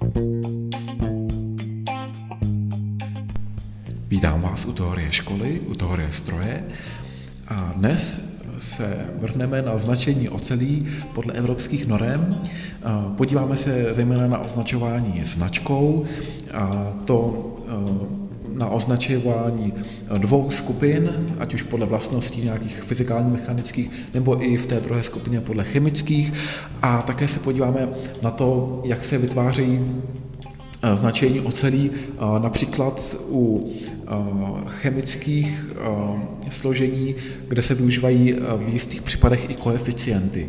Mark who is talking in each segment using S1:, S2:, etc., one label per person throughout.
S1: Vítám vás u teorie školy, u teorie stroje a dnes se vrhneme na označení ocelí podle evropských norem. Podíváme se zejména na označování značkou, a to na označování dvou skupin, ať už podle vlastností nějakých fyzikálních, mechanických, nebo i v té druhé skupině podle chemických. A také se podíváme na to, jak se vytvářejí značení ocelí například u chemických složení, kde se využívají v jistých případech i koeficienty.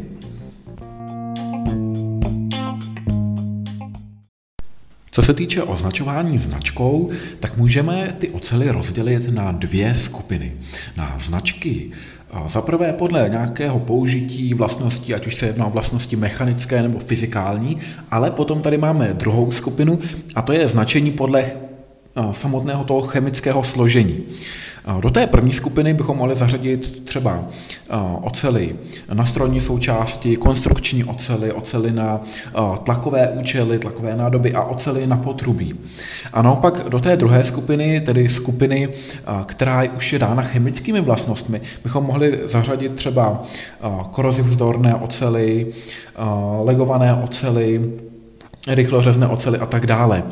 S1: Co se týče označování značkou, tak můžeme ty ocely rozdělit na dvě skupiny. Na značky za prvé podle nějakého použití vlastností, ať už se jedná o vlastnosti mechanické nebo fyzikální, ale potom tady máme druhou skupinu a to je značení podle samotného toho chemického složení. Do té první skupiny bychom mohli zařadit třeba ocely na strojní součásti, konstrukční ocely, ocely na tlakové účely, tlakové nádoby a ocely na potrubí. A naopak do té druhé skupiny, tedy skupiny, která už je dána chemickými vlastnostmi, bychom mohli zařadit třeba korozivzdorné ocely, legované ocely, rychlořezné ocely a tak dále.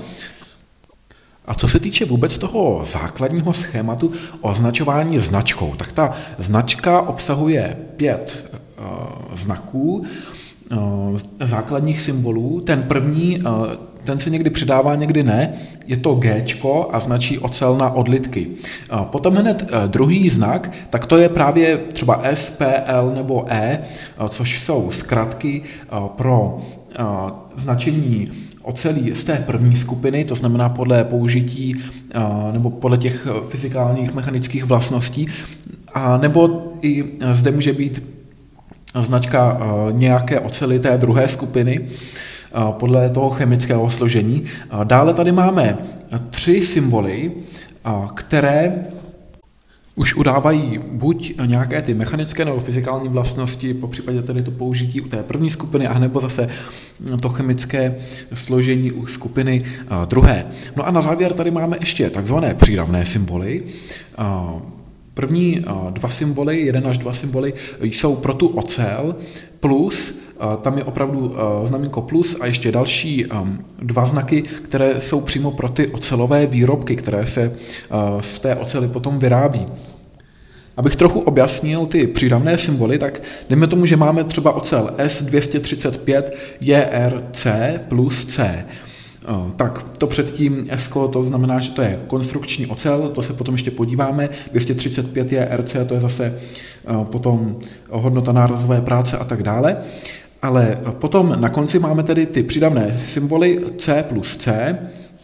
S1: A co se týče vůbec toho základního schématu označování značkou, tak ta značka obsahuje 5 znaků, základních symbolů. Ten první, ten se někdy přidává, někdy ne, je to G a značí ocel na odlitky. Potom hned druhý znak, tak to je právě třeba S, P, L nebo E, což jsou zkratky pro značení ocelí z té první skupiny, to znamená podle použití nebo podle těch fyzikálních, mechanických vlastností, a nebo i zde může být značka nějaké ocely té druhé skupiny podle toho chemického složení. Dále tady máme 3 symboly, které už udávají buď nějaké ty mechanické nebo fyzikální vlastnosti, po případě tedy to použití u té první skupiny, a nebo zase to chemické složení u skupiny druhé. No a na závěr tady máme ještě takzvané přídavné symboly. První 2 symboly, 1 až 2 symboly, jsou pro tu ocel plus, tam je opravdu znamínko plus a ještě další 2 znaky, které jsou přímo pro ty ocelové výrobky, které se z té ocely potom vyrábí. Abych trochu objasnil ty přídavné symboly, tak dejme tomu, že máme třeba ocel S235 JRC plus C. Tak to předtím S, to znamená, že to je konstrukční ocel, to se potom ještě podíváme, 235 je RC, to je zase potom hodnota nárazové práce a tak dále. Ale potom na konci máme tedy ty přídavné symboly C plus C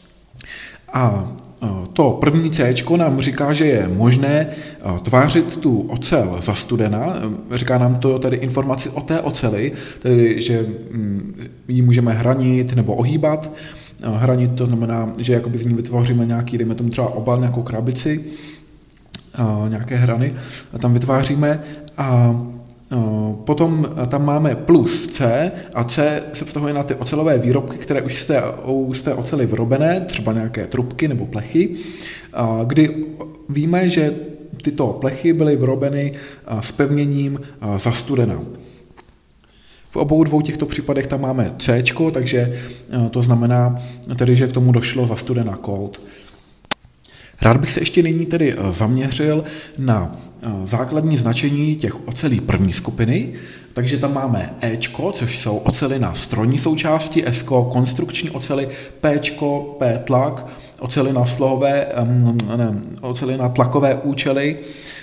S1: a to první C nám říká, že je možné tvářit tu ocel za studena, říká nám to tedy informaci o té oceli, tedy že ji můžeme hranit nebo ohýbat. Hranit to znamená, že jakoby z ní vytvoříme nějaký, dejme tomu třeba obal, nějakou krabici, nějaké hrany tam vytváříme a potom tam máme plus C a C se vztahuje na ty ocelové výrobky, které už z té ocely vyrobené, třeba nějaké trubky nebo plechy, kdy víme, že tyto plechy byly vyrobeny s pevněním za studena. V obou dvou těchto případech tam máme C, takže to znamená tedy, že k tomu došlo za studena cold. Rád bych se ještě nyní tedy zaměřil na základní značení těch ocelí první skupiny, takže tam máme E, což jsou ocely na strojní součásti, S, konstrukční ocely, P, P tlak, ocely na slohové, ocely na tlakové účely,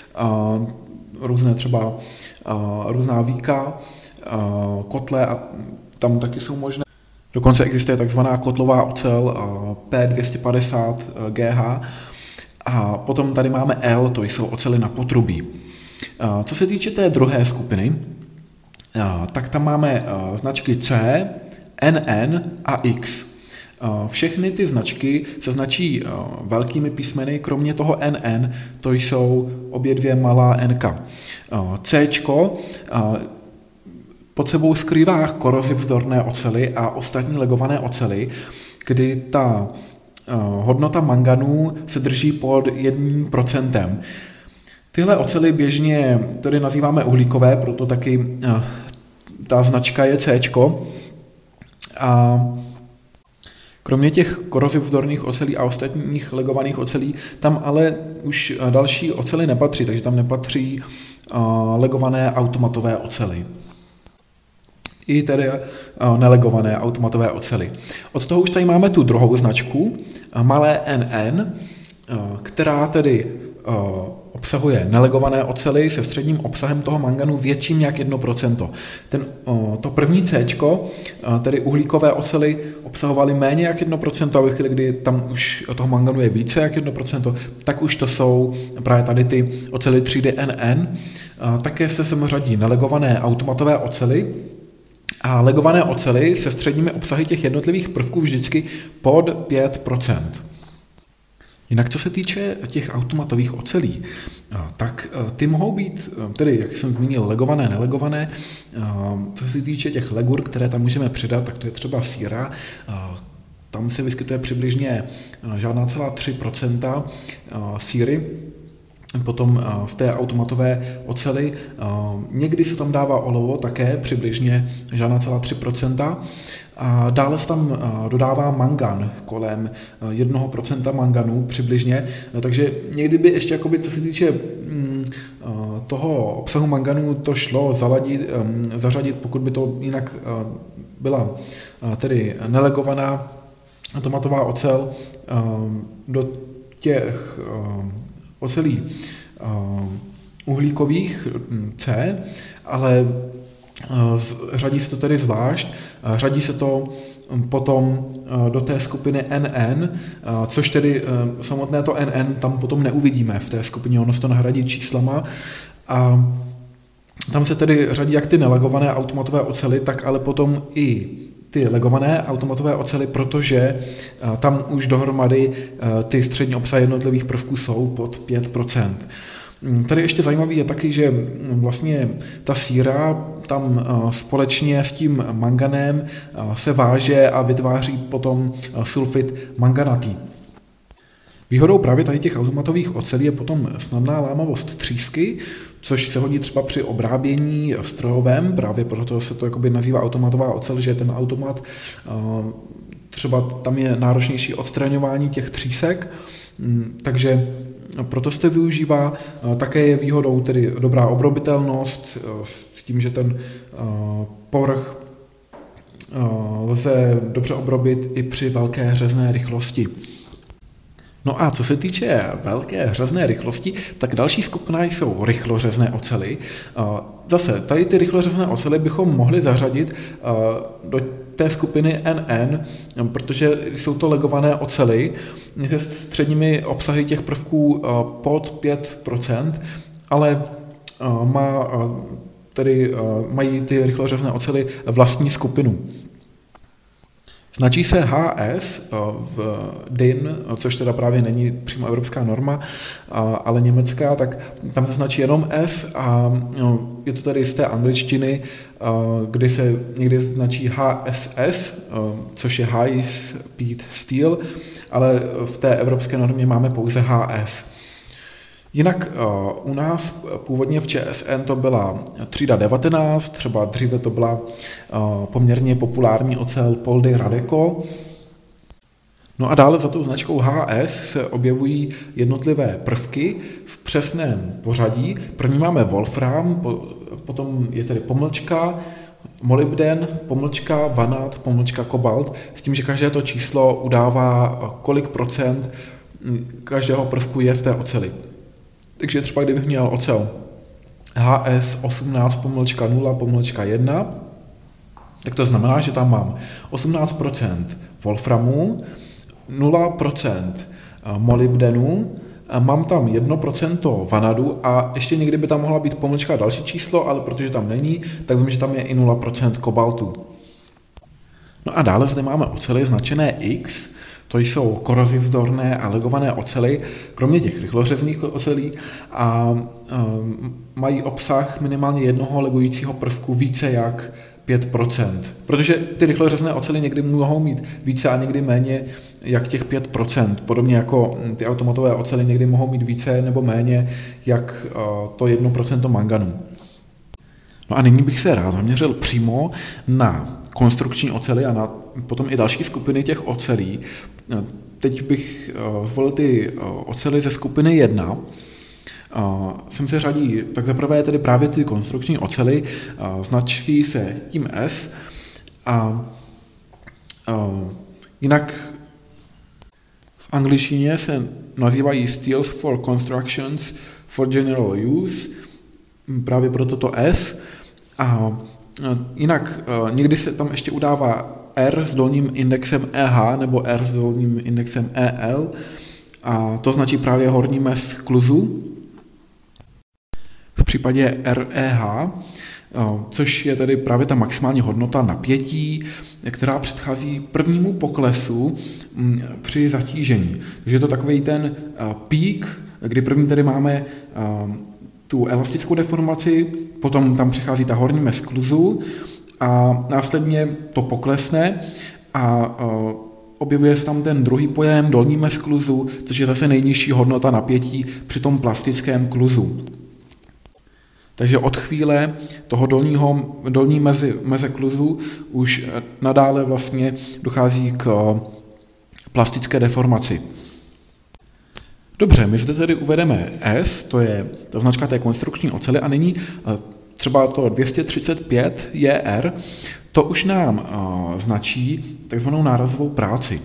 S1: různé třeba různá víka, kotle a tam taky jsou možné. Dokonce existuje takzvaná kotlová ocel P250 GH. A potom tady máme L, to jsou ocely na potrubí. Co se týče té druhé skupiny, tak tam máme značky C, NN a X. Všechny ty značky se značí velkými písmeny, kromě toho NN, to jsou obě dvě malá NK. C pod sebou skrývá korozivzdorné ocely a ostatní legované ocely, kdy ta hodnota manganu se drží pod 1%. Tyhle ocely běžně tedy nazýváme uhlíkové, proto taky ta značka je C. A kromě těch korozivzdorných ocelí a ostatních legovaných ocelí, tam ale už další ocely nepatří, takže tam nepatří legované automatové ocely. I tedy nelegované automatové ocely. Od toho už tady máme tu druhou značku, malé NN, která tedy obsahuje nelegované ocely se středním obsahem toho manganu větším jak 1%. To první C, tedy uhlíkové ocely, obsahovaly méně jak 1%, a ve chvíli, kdy tam už toho manganu je více jak 1%, tak už to jsou právě tady ty ocely třídy NN. Také se sem řadí nelegované automatové ocely, a legované ocely se středními obsahy těch jednotlivých prvků vždycky pod 5%. Jinak co se týče těch automatových ocelí, tak ty mohou být, tedy jak jsem zmínil, legované, nelegované. Co se týče těch legur, které tam můžeme přidat, tak to je třeba síra. Tam se vyskytuje přibližně žádná celá 3% síry. Potom v té automatové oceli někdy se tam dává olovo také přibližně žádná celá 3%. A dále se tam dodává mangan kolem 1% manganu přibližně, takže někdy by ještě, jakoby, co se týče toho obsahu manganu, to šlo zařadit, pokud by to jinak byla tedy nelegovaná automatová ocel, do těch ocelí uhlíkových C, ale řadí se to tedy zvlášť, řadí se to potom do té skupiny NN, což tedy samotné to NN tam potom neuvidíme v té skupině, ono se to nahradí číslama a tam se tedy řadí jak ty nelegované automatové ocely, tak ale potom i ty legované automatové ocely, protože tam už dohromady ty střední obsahy jednotlivých prvků jsou pod 5%. Tady ještě zajímavý je taky, že vlastně ta síra tam společně s tím manganem se váže a vytváří potom sulfid manganatý. Výhodou právě tady těch automatových ocelí je potom snadná lámavost třísky, což se hodí třeba při obrábění strojovém, právě proto se to jakoby nazývá automatová ocel, že ten automat třeba tam je náročnější odstraňování těch třísek, takže proto se to využívá. Také je výhodou tedy dobrá obrobitelnost s tím, že ten povrch lze dobře obrobit i při velké řezné rychlosti. No a co se týče velké řezné rychlosti, tak další skupina jsou rychlořezné ocely. Zase tady ty rychlořezné ocely bychom mohli zařadit do té skupiny NN, protože jsou to legované ocely se středními obsahy těch prvků pod 5%, ale mají ty rychlořezné ocely vlastní skupinu. Značí se HS v DIN, což teda právě není přímo evropská norma, ale německá, tak tam se značí jenom S a je to tady z té angličtiny, kdy se někdy značí HSS, což je High Speed Steel, ale v té evropské normě máme pouze HS. Jinak u nás původně v ČSN to byla třída 19, třeba dříve to byla poměrně populární ocel Poldy Radeco. No a dále za tou značkou HS se objevují jednotlivé prvky v přesném pořadí. První máme wolfram, potom je tady pomlčka, molybden, pomlčka, vanad, pomlčka, kobalt, s tím, že každé to číslo udává, kolik procent každého prvku je v té oceli. Takže třeba kdybych měl ocel HS 18,0,1, tak to znamená, že tam mám 18% wolframu, 0% molybdenu, mám tam 1% vanadu a ještě někdy by tam mohla být pomlčka další číslo, ale protože tam není, tak vím, že tam je i 0% kobaltu. No a dále zde máme ocely značené X, to jsou korozivzdorné a legované ocely, kromě těch rychlořezných ocelí a mají obsah minimálně jednoho legujícího prvku více jak 5%, protože ty rychlořezné ocely někdy mohou mít více a někdy méně jak těch 5%, podobně jako ty automatové ocely někdy mohou mít více nebo méně jak to 1% manganu. No a nyní bych se rád zaměřil přímo na konstrukční ocely a na potom i další skupiny těch ocelí. Teď bych zvolil ty ocely ze skupiny 1. Sem se řadí tak zaprvé tedy právě ty konstrukční ocely, značky se tím S a jinak v angličtině se nazývají Steels for Constructions for General Use, právě pro toto S. A jinak někdy se tam ještě udává R s dolním indexem EH nebo R s dolním indexem EL a to značí právě horní mez kluzu. V případě REH, což je tedy právě ta maximální hodnota napětí, která předchází prvnímu poklesu při zatížení. Takže je to takový ten pík, kdy první tedy máme tu elastickou deformaci, potom tam přichází ta horní mez kluzu a následně to poklesne a objevuje se tam ten druhý pojem dolní mez kluzu, což je zase nejnižší hodnota napětí při tom plastickém kluzu. Takže od chvíle toho dolní meze kluzu už nadále vlastně dochází k plastické deformaci. Dobře, my zde tedy uvedeme S, to je ta značka té konstrukční ocely a nyní třeba to 235 JR, to už nám značí takzvanou nárazovou práci.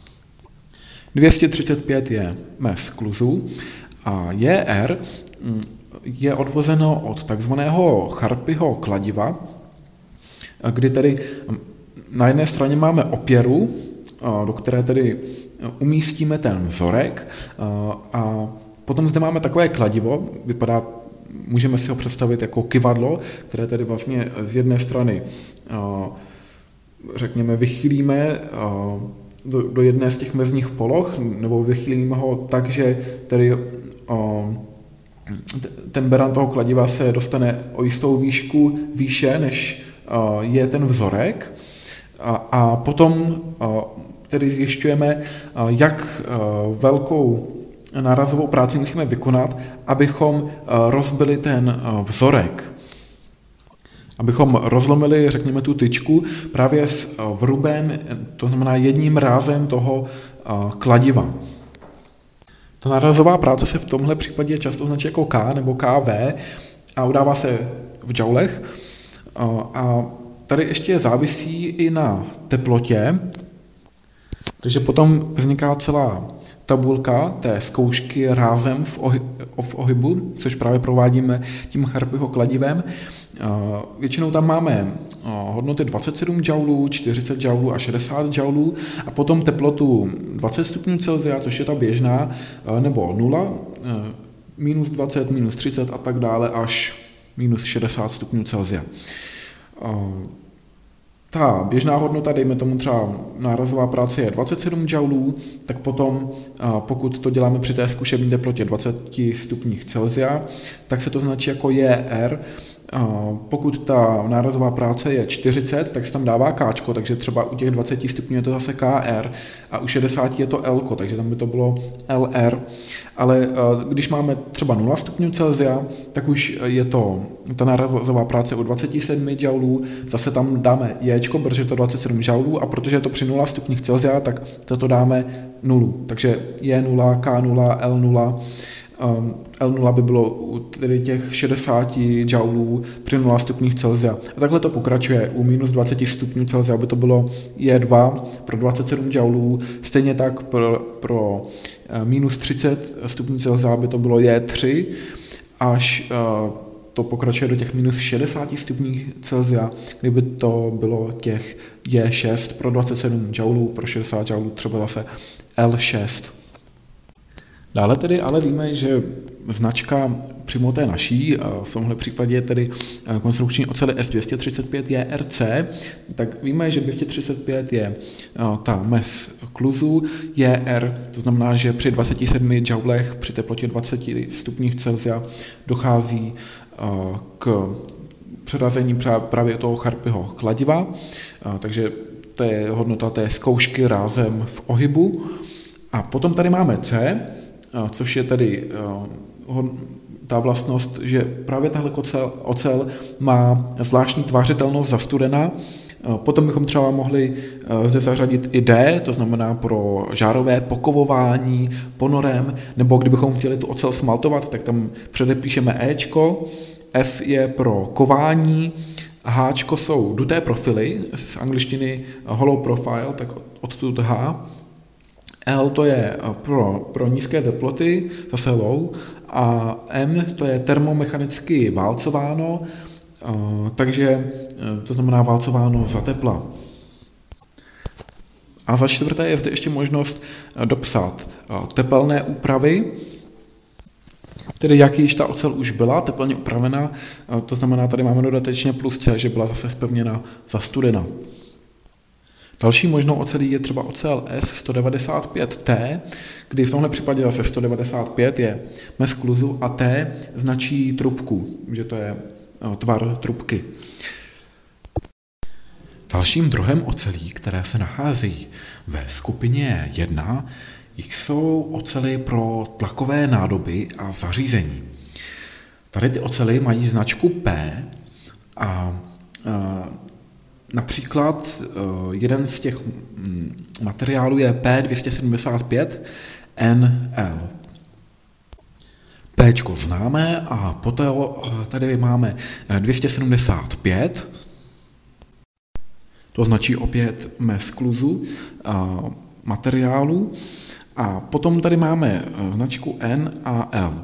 S1: 235 je mez kluzu a JR je odvozeno od takzvaného Charpyho kladiva, kdy tedy na jedné straně máme opěru, do které tedy umístíme ten vzorek a potom zde máme takové kladivo, můžeme si ho představit jako kyvadlo, které tedy vlastně z jedné strany, řekněme, vychýlíme do jedné z těch mezních poloh, nebo vychýlíme ho tak, že tedy ten beran toho kladiva se dostane o jistou výšku výše, než je ten vzorek a potom tedy zjišťujeme, jak velkou nárazovou práci musíme vykonat, abychom rozbili ten vzorek. Abychom rozlomili, řekněme, tu tyčku právě s vrubem, to znamená jedním rázem toho kladiva. Ta nárazová práce se v tomhle případě často označí jako K nebo KV a udává se v joulech. A tady ještě závisí i na teplotě, takže potom vzniká celá tabulka té zkoušky rázem v ohybu, což právě provádíme tím Charpyho kladivem. Většinou tam máme hodnoty 27 joulů, 40 joulů a 60 joulů a potom teplotu 20 stupňů Celsia, což je ta běžná, nebo 0, minus 20, minus 30 a tak dále až minus 60 stupňů Celsia. Ta běžná hodnota, dejme tomu třeba nárazová práce je 27 joulů, tak potom, pokud to děláme při té zkušební teplotě 20 stupních Celsia, tak se to značí jako JR. Pokud ta nárazová práce je 40, tak se tam dává K, takže třeba u těch 20 stupňů je to zase KR a u 60 je to L, takže tam by to bylo LR. Ale když máme třeba 0 stupňů Celsia, tak už je to ta nárazová práce u 27 joulů, zase tam dáme J, protože je to 27 joulů a protože je to při 0 stupních Celsia, tak to dáme 0. Takže J0, K0, L0. L0 by bylo u tedy těch 60 joulů při 0 stupních Celsia. A takhle to pokračuje. U minus 20 stupňů Celsia by to bylo J2 pro 27 joulů, stejně tak pro minus 30 stupňů Celsia by to bylo J3, až to pokračuje do těch minus 60 stupních Celsia, kdyby to bylo těch J6 pro 27 joulů, pro 60 joulů třeba zase L6. Dále tedy ale víme, že značka přímo té naší, v tomhle případě tedy konstrukční ocely S235 je RC, tak víme, že 235 je ta mez kluzu, je R, to znamená, že při 27 joulech při teplotě 20 stupních Celsia dochází k přerazení právě toho Charpyho kladiva, takže to je hodnota té zkoušky rázem v ohybu. A potom tady máme C, což je tedy ta vlastnost, že právě tahle ocel má zvláštní tvářitelnost za studena. Potom bychom třeba mohli zde zařadit i D, to znamená pro žárové pokovování ponorem, nebo kdybychom chtěli tu ocel smaltovat, tak tam předepíšeme Ečko, F je pro kování, Hčko jsou duté profily, z angličtiny hollow profile, tak odtud H. L to je pro nízké teploty, zase low, a M to je termomechanicky válcováno, takže to znamená válcováno za tepla. A za čtvrté je zde ještě možnost dopsat tepelné úpravy, tedy jak již ta ocel už byla tepelně upravena, to znamená, tady máme dodatečně plus C, že byla zase zpevněna za studena. Další možnou ocelí je třeba ocel S195T, kdy v tomhle případě zase 195 je mez kluzu a T značí trubku, že to je tvar trubky. Dalším druhem ocelí, které se nacházejí ve skupině 1, jsou ocely pro tlakové nádoby a zařízení. Tady ty ocely mají značku P a například jeden z těch materiálů je P275NL. Pčko známe a poté tady máme 275, to značí opět mez kluzu materiálu, a potom tady máme značku N a L.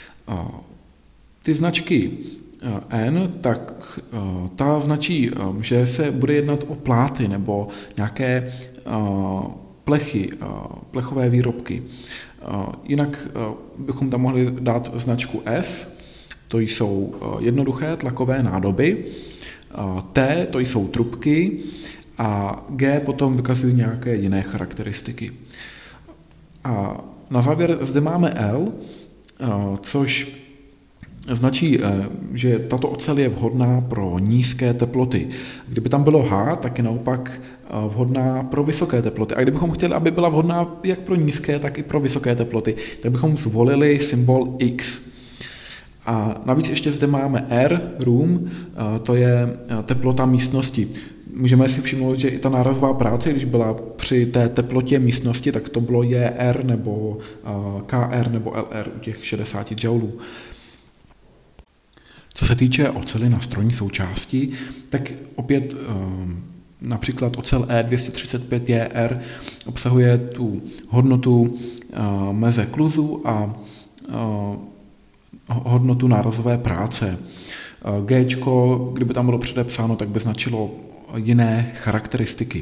S1: Ty značky N, tak ta značí, že se bude jednat o pláty nebo nějaké plechy, plechové výrobky. Jinak bychom tam mohli dát značku S, to jsou jednoduché tlakové nádoby, T, to jsou trubky, a G potom vykazují nějaké jiné charakteristiky. A na závěr zde máme L, což značí, že tato ocel je vhodná pro nízké teploty. Kdyby tam bylo H, tak je naopak vhodná pro vysoké teploty. A kdybychom chtěli, aby byla vhodná jak pro nízké, tak i pro vysoké teploty, tak bychom zvolili symbol X. A navíc ještě zde máme R, room, to je teplota místnosti. Můžeme si všimnout, že i ta nárazová práce, když byla při té teplotě místnosti, tak to bylo JR nebo KR nebo LR u těch 60 joulů. Co se týče oceli na strojní součásti, tak opět například ocel E235JR obsahuje tu hodnotu meze kluzu a hodnotu nárazové práce. Gčko, kdyby tam bylo předepsáno, tak by značilo jiné charakteristiky.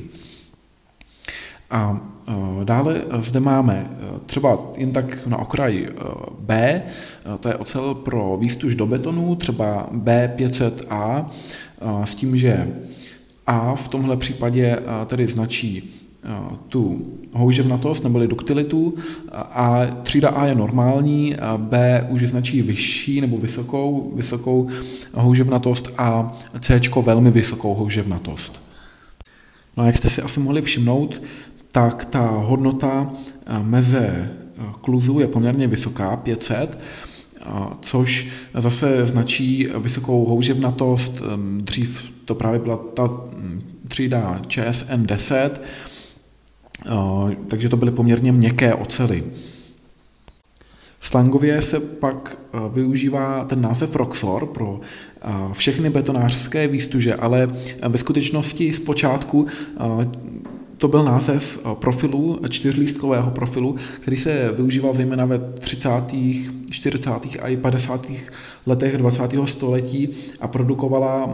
S1: A dále zde máme třeba jen tak na okraji B, to je ocel pro výstuž do betonu, třeba B500A, s tím, že A v tomhle případě tedy značí tu houževnatost neboli duktilitu, a třída A je normální, B už značí vyšší nebo vysokou houževnatost a C velmi vysokou houževnatost. No a jak jste si asi mohli všimnout, tak ta hodnota meze kluzu je poměrně vysoká, 500, což zase značí vysokou houževnatost. Dřív to právě byla ta třída ČSN 10, takže to byly poměrně měkké ocely. Slangově se pak využívá ten název Roxor pro všechny betonářské výstuže, ale ve skutečnosti zpočátku to byl název profilu, čtyřlístkového profilu, který se využíval zejména ve 30., 40. a i 50. letech 20. století a produkovala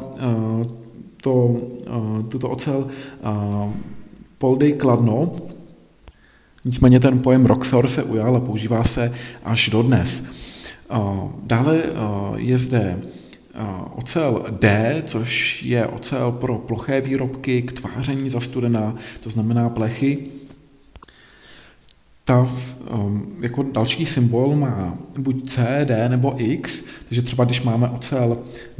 S1: tuto ocel Poldy Kladno. Nicméně ten pojem Roxor se ujal a používá se až dodnes. Dále je zde ocel D, což je ocel pro ploché výrobky k tváření za studena, to znamená plechy. jako další symbol má buď C, D nebo X, takže třeba když máme ocel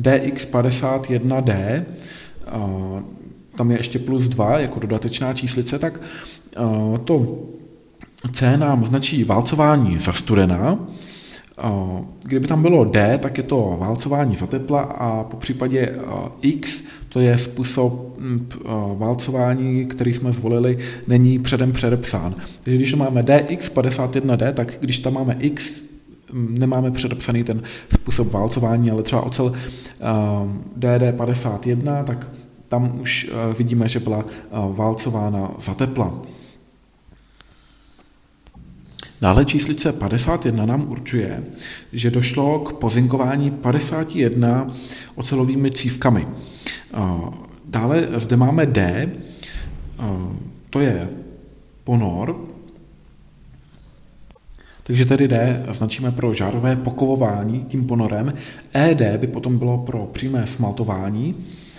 S1: DX51D, tam je ještě +2 jako dodatečná číslice, tak to C nám značí válcování za studena. Kdyby tam bylo D, tak je to válcování za tepla a po případě X, to je způsob válcování, který jsme zvolili, není předem předepsán. Takže když máme DX51D, tak když tam máme X, nemáme předepsaný ten způsob válcování, ale třeba ocel DD51, tak tam už vidíme, že byla válcována za tepla. Dále číslice 51 nám určuje, že došlo k pozinkování 51 ocelovými cívkami. Dále zde máme D, to je ponor, takže tedy D značíme pro žárové pokovování tím ponorem. ED by potom bylo pro přímé smaltování.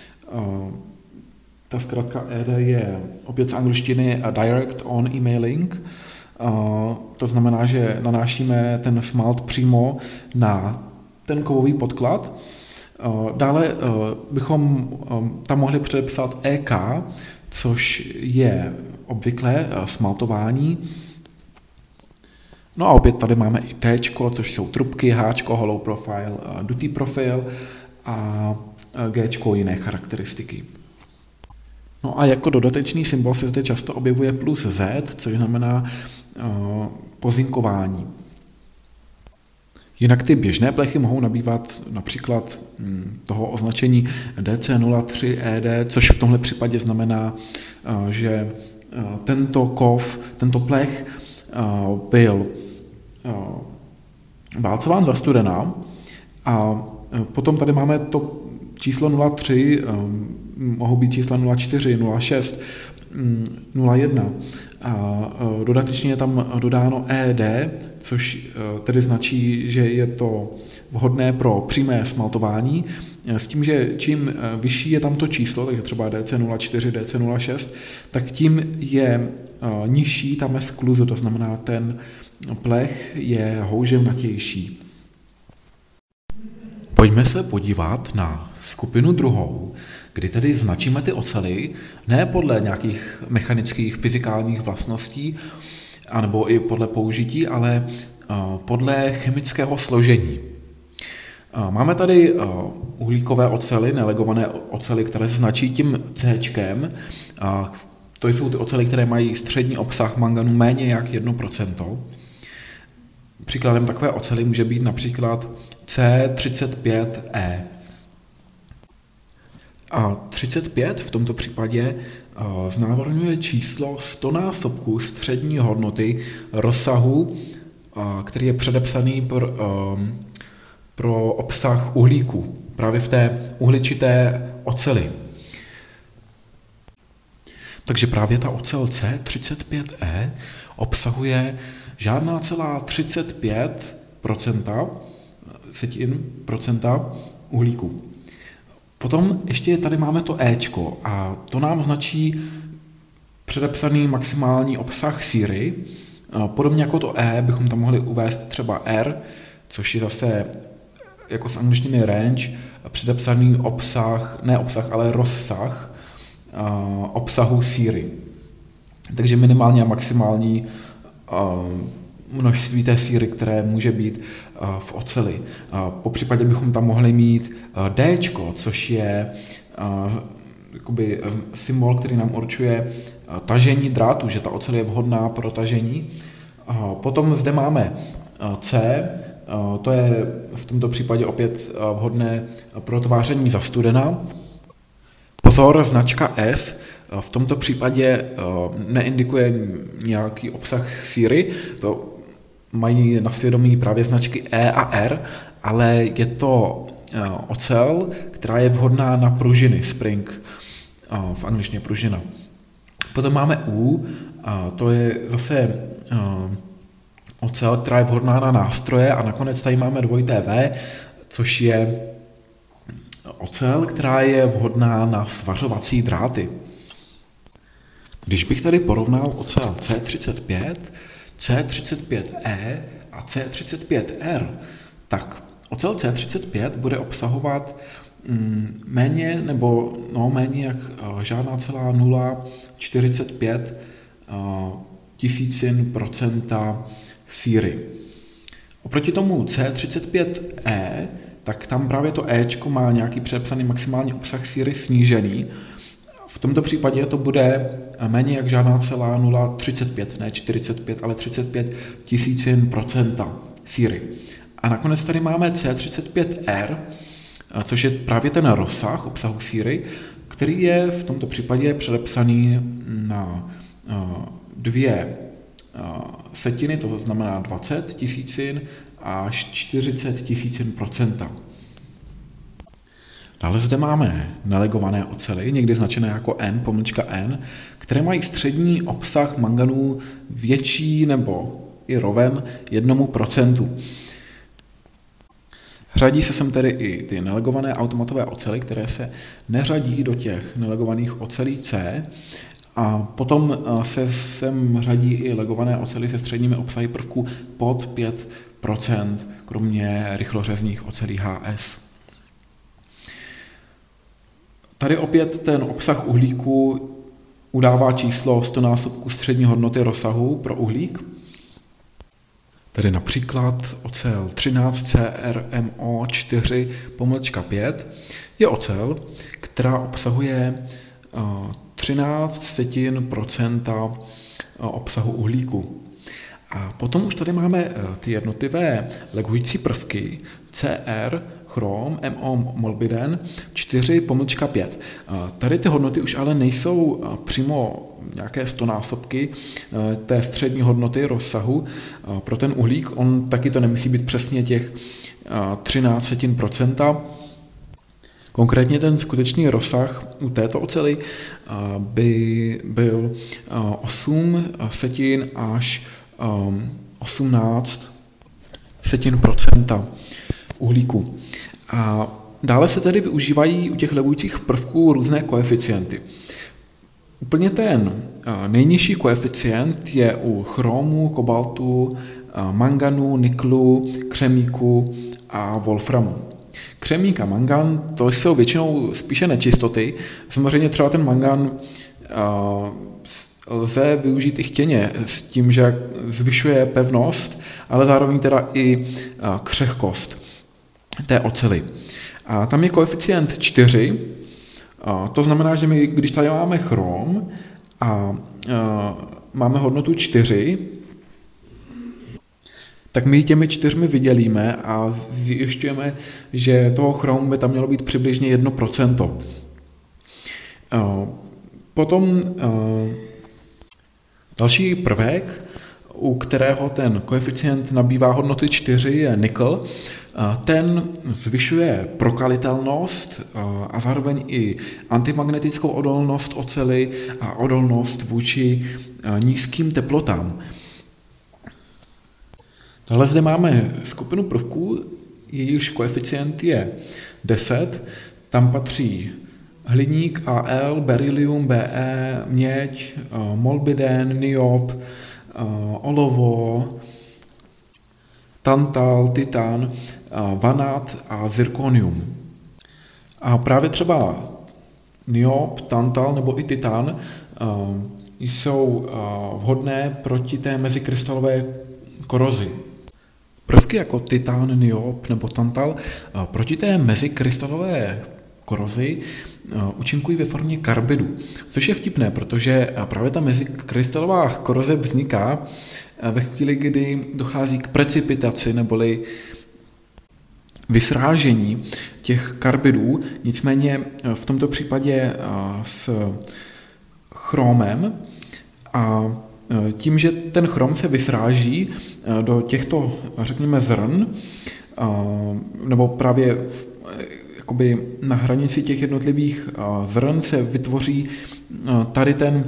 S1: Ta zkratka ED je opět z angličtiny Direct On Emailing. To znamená, že nanášíme ten smalt přímo na ten kovový podklad. Dále bychom tam mohli předepsat EK, což je obvyklé smaltování. No a opět tady máme i T, což jsou trubky, H, hollow profile, dutý profil a G, jiné charakteristiky. No a jako dodatečný symbol se zde často objevuje +Z, což znamená pozinkování. Jinak ty běžné plechy mohou nabývat například toho označení DC03ED, což v tomhle případě znamená, že tento plech byl válcován za studena a potom tady máme to číslo 03, mohou být čísla 04, 06, 01 a dodatečně je tam dodáno ED, což tedy značí, že je to vhodné pro přímé smaltování, s tím, že čím vyšší je tam to číslo, takže třeba DC04, DC06, tak tím je nižší ta mez skluzu, to znamená ten plech je houževnatější. Pojďme se podívat na skupinu druhou, kdy tedy značíme ty ocely ne podle nějakých mechanických, fyzikálních vlastností, anebo i podle použití, ale podle chemického složení. Máme tady uhlíkové ocely, nelegované ocely, které se značí tím C-čkem. To jsou ty ocely, které mají střední obsah manganu méně jak 1%. Příkladem takové ocely může být například C35E. A 35 v tomto případě znázorňuje číslo 100násobku střední hodnoty rozsahu, který je předepsaný pro obsah uhlíku, právě v té uhličité oceli. Takže právě ta ocel C35E obsahuje žádná celá 35% uhlíku. Potom ještě tady máme to Ečko a to nám značí předepsaný maximální obsah síry. Podobně jako to E bychom tam mohli uvést třeba R, což je zase jako z angličtiny range, předepsaný obsah, ne obsah, ale rozsah obsahu síry. Takže minimální a maximální množství té síry, které může být v oceli. Po případě bychom tam mohli mít D, což je jakoby symbol, který nám určuje tažení drátu, že ta ocel je vhodná pro tažení. Potom zde máme C, to je v tomto případě opět vhodné pro tváření za studena. Pozor, značka S v tomto případě neindikuje nějaký obsah síry, to mají na svědomí právě značky E a R, ale je to ocel, která je vhodná na pružiny, spring, v angličtině pružina. Potom máme U, to je zase ocel, která je vhodná na nástroje a nakonec tady máme dvojité V, což je ocel, která je vhodná na svařovací dráty. Když bych tady porovnal ocel C35, C35E a C35R, tak ocel C35 bude obsahovat méně jak žádná celá 0,45 tisícin procenta síry. Oproti tomu C35E, tak tam právě to Ečko má nějaký přepsaný maximální obsah síry snížený. V tomto případě to bude méně jak žádná celá 0,35, ne 45, ale 35 tisícin procenta síry. A nakonec tady máme C35R, což je právě ten rozsah obsahu síry, který je v tomto případě předepsaný na 2 setiny, to znamená 20 tisícin až 40 tisícin procenta. Dále zde máme nelegované ocely, někdy značené jako N, které mají střední obsah manganů větší nebo i roven 1%. Řadí se sem tedy i ty nelegované automatové ocely, které se neřadí do těch nelegovaných ocelí C, a potom se sem řadí i legované ocely se středními obsahy prvků pod 5%, kromě rychlořezných ocelí HS. Tady opět ten obsah uhlíku udává číslo 100násobku střední hodnoty rozsahu pro uhlík. Tedy například ocel 13CrMO4-5 je ocel, která obsahuje 13% obsahu uhlíku. A potom už tady máme ty jednotlivé legující prvky CR, chrom, MO, molybden 4-5. Tady ty hodnoty už ale nejsou přímo nějaké 100násobky té střední hodnoty rozsahu. Pro ten uhlík on taky to nemusí být přesně těch 13%. Konkrétně ten skutečný rozsah u této oceli by byl 8 setin až 18% uhlíku. A dále se tedy využívají u těch legujících prvků různé koeficienty. Úplně ten nejnižší koeficient je u chromu, kobaltu, manganu, niklu, křemíku a wolframu. Křemík a mangan, to jsou většinou spíše nečistoty. Samozřejmě třeba ten mangan lze využít i chtěně s tím, že zvyšuje pevnost, ale zároveň teda i křehkost té oceli. A tam je koeficient 4, to znamená, že my, když tady máme chrom a máme hodnotu 4, tak my těmi 4 vydělíme a zjišťujeme, že toho chromu by tam mělo být přibližně 1%. Potom další prvek, u kterého ten koeficient nabývá hodnoty 4, je nikl. Ten zvyšuje prokalitelnost a zároveň i antimagnetickou odolnost oceli a odolnost vůči nízkým teplotám. Dále zde máme skupinu prvků, jejichž koeficient je 10, tam patří hliník Al, berylium Be, měď, molybden, niob, olovo, tantal, titan, vanad a zirkonium. A právě třeba niob, tantal nebo i titan jsou vhodné proti té mezikrystalové korozi. Prvky jako titan, niob nebo tantal proti té mezikrystalové korozi účinkují ve formě karbidu, což je vtipné, protože právě ta mezikrystalová koroze vzniká ve chvíli, kdy dochází k precipitaci neboli vysrážení těch karbidů, nicméně v tomto případě s chromem, a tím, že ten chrom se vysráží do těchto, řekněme, zrn, nebo právě jakoby na hranici těch jednotlivých zrn se vytvoří tady ten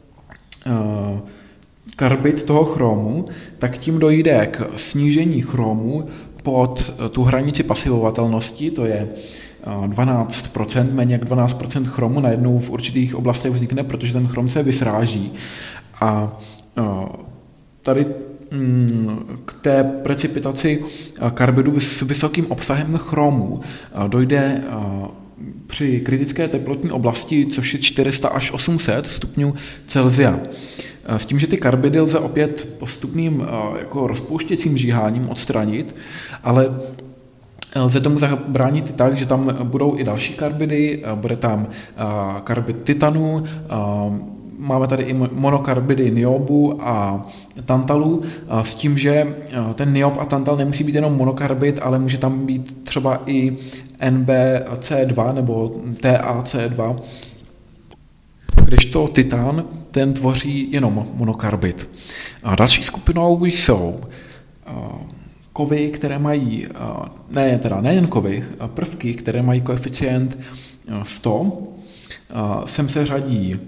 S1: karbid toho chromu, tak tím dojde k snížení chromu pod tu hranici pasivovatelnosti, to je 12%, méně jak 12% chromu najednou v určitých oblastech vznikne, protože ten chrom se vysráží. A tady k té precipitaci karbidu s vysokým obsahem chromu dojde při kritické teplotní oblasti, což je 400 až 800 stupňů Celsia. S tím, že ty karbidy lze opět postupným jako rozpouštěcím žíháním odstranit, ale lze tomu zabránit tak, že tam budou i další karbidy, bude tam karbid titanu, máme tady i monokarbidy niobu a tantalu, s tím, že ten niob a tantal nemusí být jenom monokarbid, ale může tam být třeba i NbC2 nebo TaC2, kdežto titan, ten tvoří jenom monokarbid. A další skupinou jsou kovy, které mají, nejen kovy, prvky, které mají koeficient 100, sem se řadí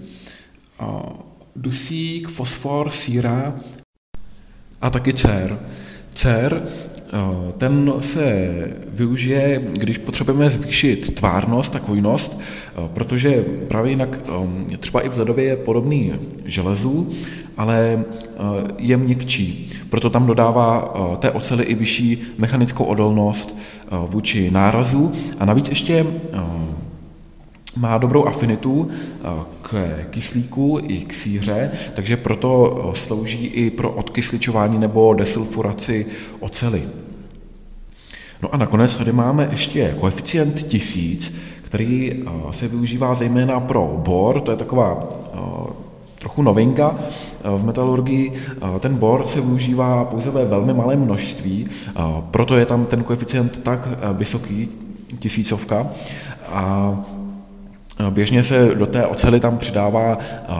S1: dusík, fosfor, síra a taky cér. Cér, ten se využije, když potřebujeme zvýšit tvárnost a kvůjnost, protože právě jinak třeba i v ledově je podobný železu, ale je měkčí. Proto tam dodává té oceli i vyšší mechanickou odolnost vůči nárazu a navíc ještě má dobrou afinitu k kyslíku i k síře, takže proto slouží i pro odkysličování nebo desulfuraci oceli. No a nakonec tady máme ještě koeficient 1000, který se využívá zejména pro bor, to je taková trochu novinka v metalurgii. Ten bor se využívá pouze ve velmi malém množství, proto je tam ten koeficient tak vysoký, 1000. A běžně se do té oceli tam přidává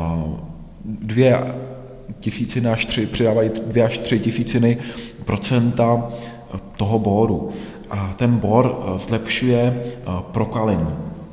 S1: 2 tisíciny až 3, přidávají 2 až 3 tisíciny procenta toho boru. A ten bor zlepšuje prokalení.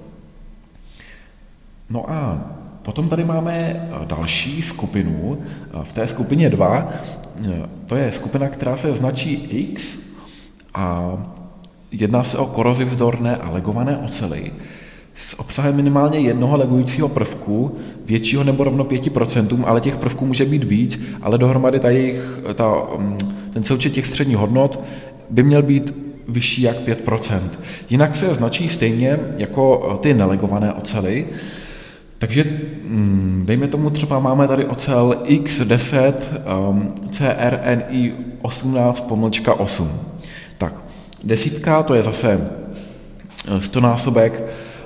S1: No a potom tady máme další skupinu. V té skupině 2, to je skupina, která se značí X a jedná se o korozivzdorné a legované ocely s obsahem minimálně jednoho legujícího prvku, většího nebo rovno 5%, ale těch prvků může být víc, ale dohromady ten součet těch středních hodnot by měl být vyšší jak 5%. Jinak se značí stejně jako ty nelegované ocely, takže dejme tomu třeba máme tady ocel X10 CrNi 18-8. Tak, 10 to je zase 100násobek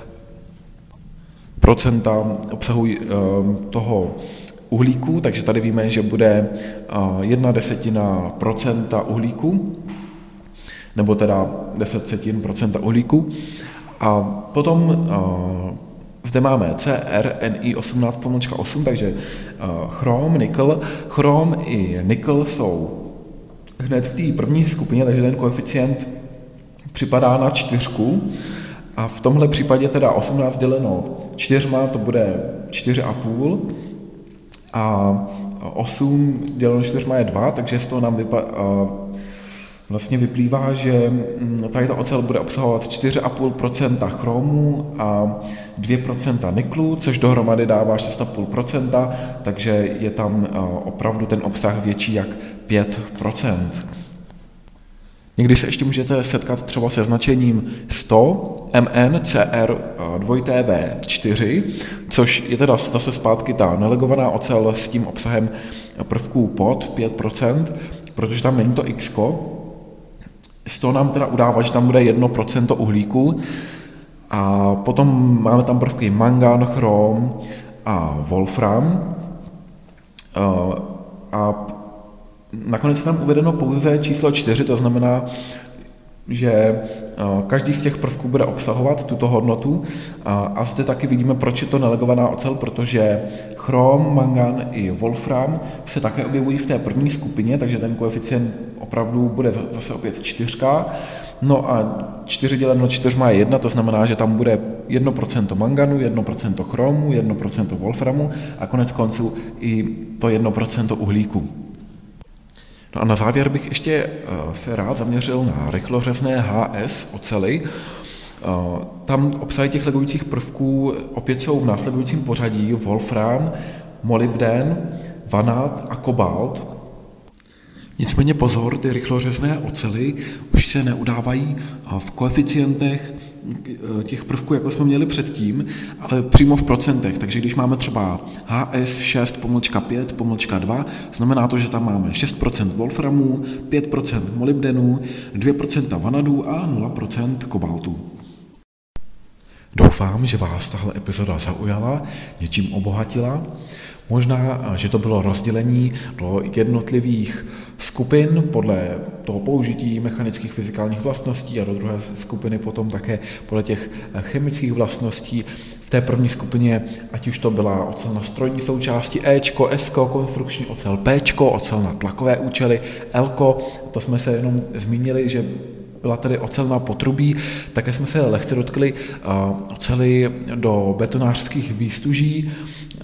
S1: procenta obsahu toho uhlíku, takže tady víme, že bude 1/10 uhlíku, nebo teda 10% uhlíku. A potom zde máme CrNi 18-8, takže chrom, nikl. Chrom i nikl jsou hned v té první skupině, takže ten koeficient připadá na 4. A v tomhle případě teda 18 děleno 4 to bude 4,5 a 8 děleno 4 je 2, takže z toho nám vlastně vyplývá, že tady ta ocel bude obsahovat 4,5% chromu a 2% niklu, což dohromady dává 6,5%, takže je tam opravdu ten obsah větší jak 5%. Někdy se ještě můžete setkat třeba se značením 100 MnCr2tV4, což je teda zase zpátky ta nelegovaná ocel s tím obsahem prvků pod 5%, protože tam není to X. Z toho nám teda udává, že tam bude 1% uhlíku a potom máme tam prvky mangan, chrom a wolfram a nakonec je tam uvedeno pouze číslo 4, to znamená, že každý z těch prvků bude obsahovat tuto hodnotu a zde taky vidíme, proč je to nelegovaná ocel, protože chrom, mangan i wolfram se také objevují v té první skupině, takže ten koeficient opravdu bude zase opět 4. No a 4 děleno 4 je 1, to znamená, že tam bude 1% manganu, 1% chromu, 1% wolframu a konec konců i to 1% uhlíku. No a na závěr bych ještě se rád zaměřil na rychlořezné HS ocely. Tam obsahy těch legujících prvků opět jsou v následujícím pořadí wolfram, molybden, vanát a kobalt. Nicméně pozor, ty rychlořezné ocely už se neudávají v koeficientech těch prvků, jako jsme měli předtím, ale přímo v procentech. Takže když máme třeba HS 6,5,2, znamená to, že tam máme 6% wolframu, 5% molybdenu, 2% vanadu a 0% kobaltu. Doufám, že vás tahle epizoda zaujala, něčím obohatila. Možná, že to bylo rozdělení do jednotlivých skupin podle toho použití mechanických fyzikálních vlastností a do druhé skupiny potom také podle těch chemických vlastností. V té první skupině, ať už to byla ocel na strojní součásti Ečko, Esko, konstrukční ocel Pčko, ocel na tlakové účely Lko, to jsme se jenom zmínili, že byla tady ocel na potrubí, také jsme se lehce dotkli oceli do betonářských výstuží,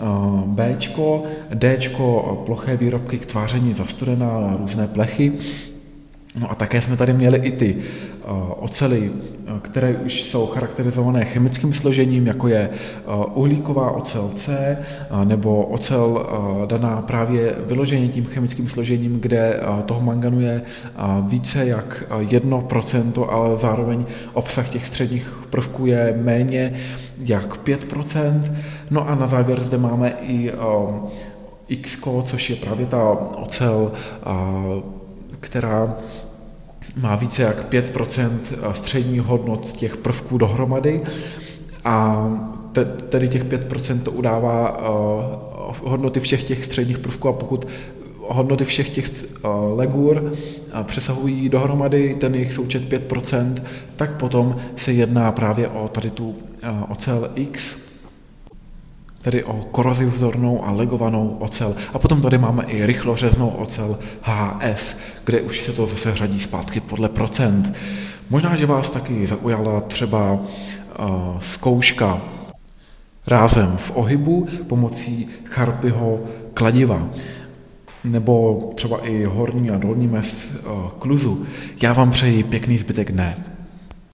S1: Bčko, Dčko, ploché výrobky k tváření za studena, různé plechy. No a také jsme tady měli i ty ocely, které už jsou charakterizované chemickým složením, jako je uhlíková ocel C, nebo ocel daná právě vyloženě tím chemickým složením, kde toho manganu je více jak 1%, ale zároveň obsah těch středních prvků je méně jak 5%. No a na závěr zde máme i X, což je právě ta ocel, která má více jak 5% středních hodnot těch prvků dohromady a tedy těch 5% to udává hodnoty všech těch středních prvků a pokud hodnoty všech těch legur přesahují dohromady ten jejich součet 5%, tak potom se jedná právě o tady tu ocel X, tedy o korozivzornou a legovanou ocel. A potom tady máme i rychlořeznou ocel HS, kde už se to zase řadí zpátky podle procent. Možná, že vás taky zaujala třeba zkouška rázem v ohybu pomocí Charpyho kladiva, nebo třeba i horní a dolní mez kluzu. Já vám přeji pěkný zbytek dne.